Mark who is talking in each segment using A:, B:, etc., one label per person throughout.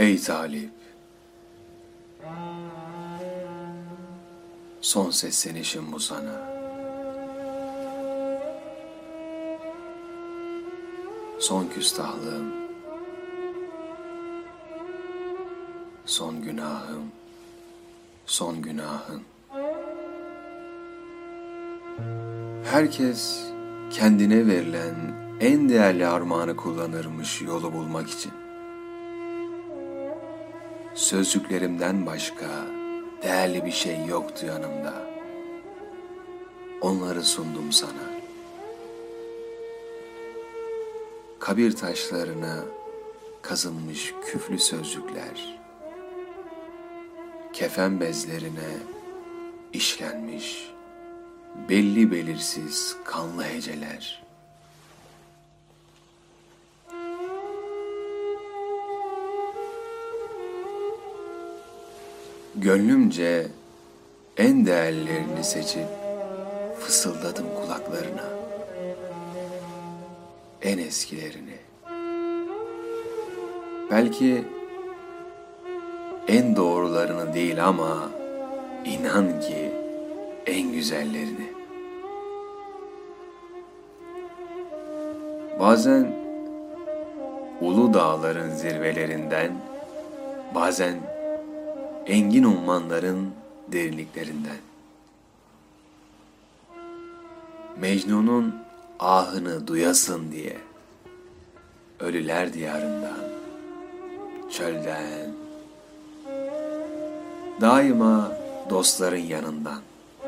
A: Ey talip, son seslenişim bu sana. Son küstahlığım, son günahım, son günahın. Herkes kendine verilen en değerli armağanı kullanırmış yolu bulmak için. Sözcüklerimden başka değerli bir şey yoktu yanımda. Onları sundum sana. Kabir taşlarına kazınmış küflü sözcükler, kefen bezlerine işlenmiş belli belirsiz kanlı heceler. Gönlümce en değerlerini seçip fısıldadım kulaklarına, en eskilerini. Belki en doğrularını değil ama inan ki en güzellerini. Bazen ulu dağların zirvelerinden, bazen engin ummanların derinliklerinden. Mecnun'un ahını duyasın diye, ölüler diyarından, çölden, daima dostların yanından.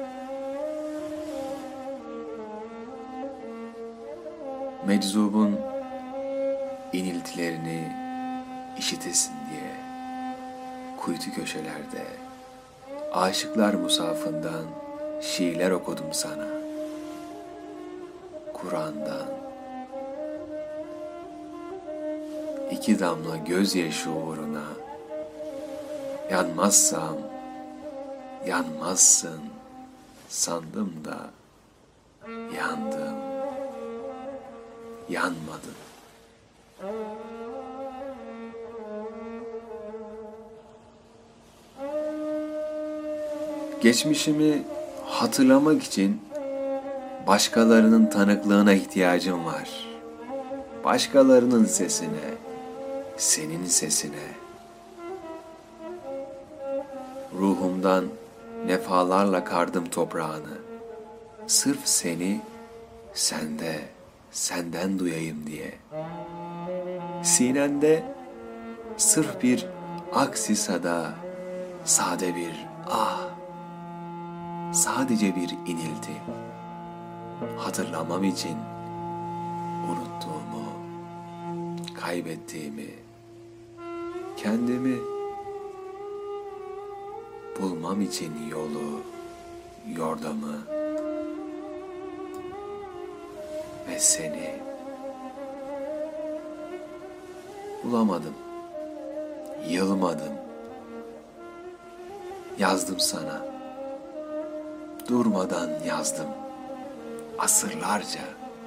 A: Meczubun iniltilerini işitesin diye, kuytu köşelerde, aşıklar musafından şiirler okudum sana. Kur'an'dan, iki damla gözyaşı uğruna, yanmazsam, yanmazsın sandım da, yandım, yanmadın. Geçmişimi hatırlamak için başkalarının tanıklığına ihtiyacım var. Başkalarının sesine, senin sesine. Ruhumdan nefalarla kardım toprağını. Sırf seni senden duyayım diye. Sinende sırf bir aksi sada, sade bir ah, sadece bir inilti. Hatırlamam için unuttuğumu, kaybettiğimi, kendimi bulmam için yolu, yordamı ve seni bulamadım, yılmadım, yazdım sana, durmadan yazdım. Asırlarca,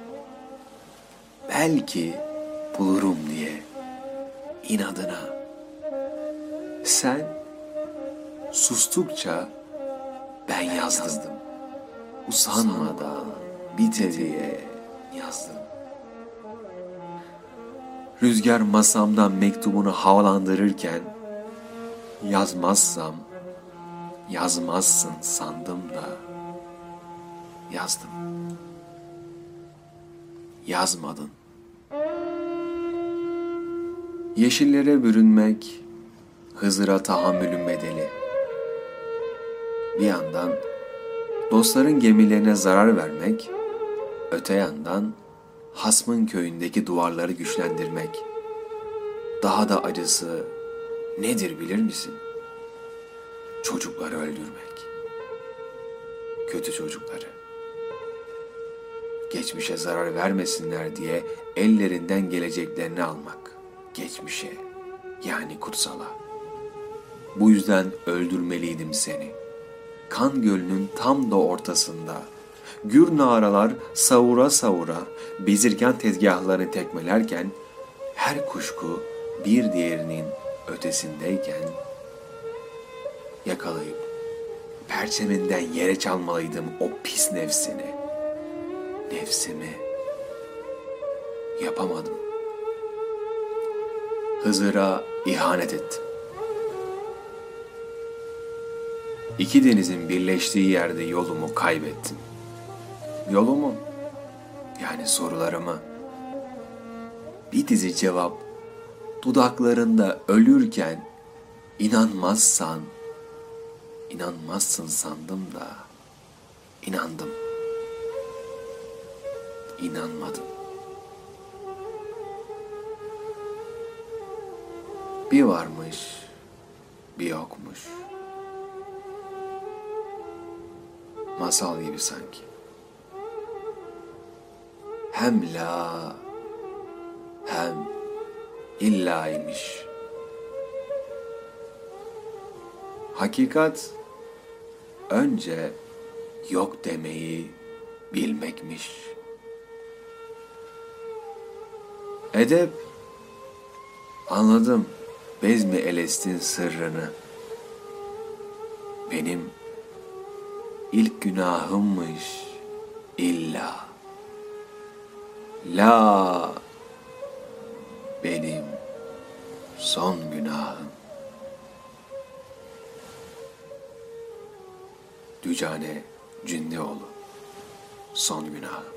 A: belki bulurum diye, inadına. Sen sustukça ben yazdım. Usanmadan bite diye yazdım. Rüzgar masamdan mektubunu havalandırırken, yazmazsam yazmazsın sandım da yazdım. Yazmadın. Yeşillere bürünmek, Hızır'a tahammülün bedeli. Bir yandan dostların gemilerine zarar vermek, öte yandan hasmın köyündeki duvarları güçlendirmek. Daha da acısı nedir bilir misin? Çocukları öldürmek. Kötü çocukları. Geçmişe zarar vermesinler diye ellerinden geleceklerini almak. Geçmişe, yani kutsala. Bu yüzden öldürmeliydim seni. Kan gölünün tam da ortasında. Gür naralar savura savura bezirgan tezgahlarını tekmelerken her kuşku bir diğerinin ötesindeyken yakalayıp perçeminden yere çalmalıydım o pis nefsini. Nefsimi yapamadım. Hızır'a ihanet ettim. İki denizin birleştiği yerde yolumu kaybettim. Yolumu, yani sorularımı. Bir dizi cevap dudaklarında ölürken inanmazsın sandım da inandım. İnanmadım. Bir varmış, bir yokmuş. Masal gibi sanki. Hem la, hem illa'ymış. Hakikat önce yok demeyi bilmekmiş. Edep, anladım Bezmi Eles'tin sırrını. Benim ilk günahımmış illa. La, benim son günahım. Dücane Cündioğlu, son günahım.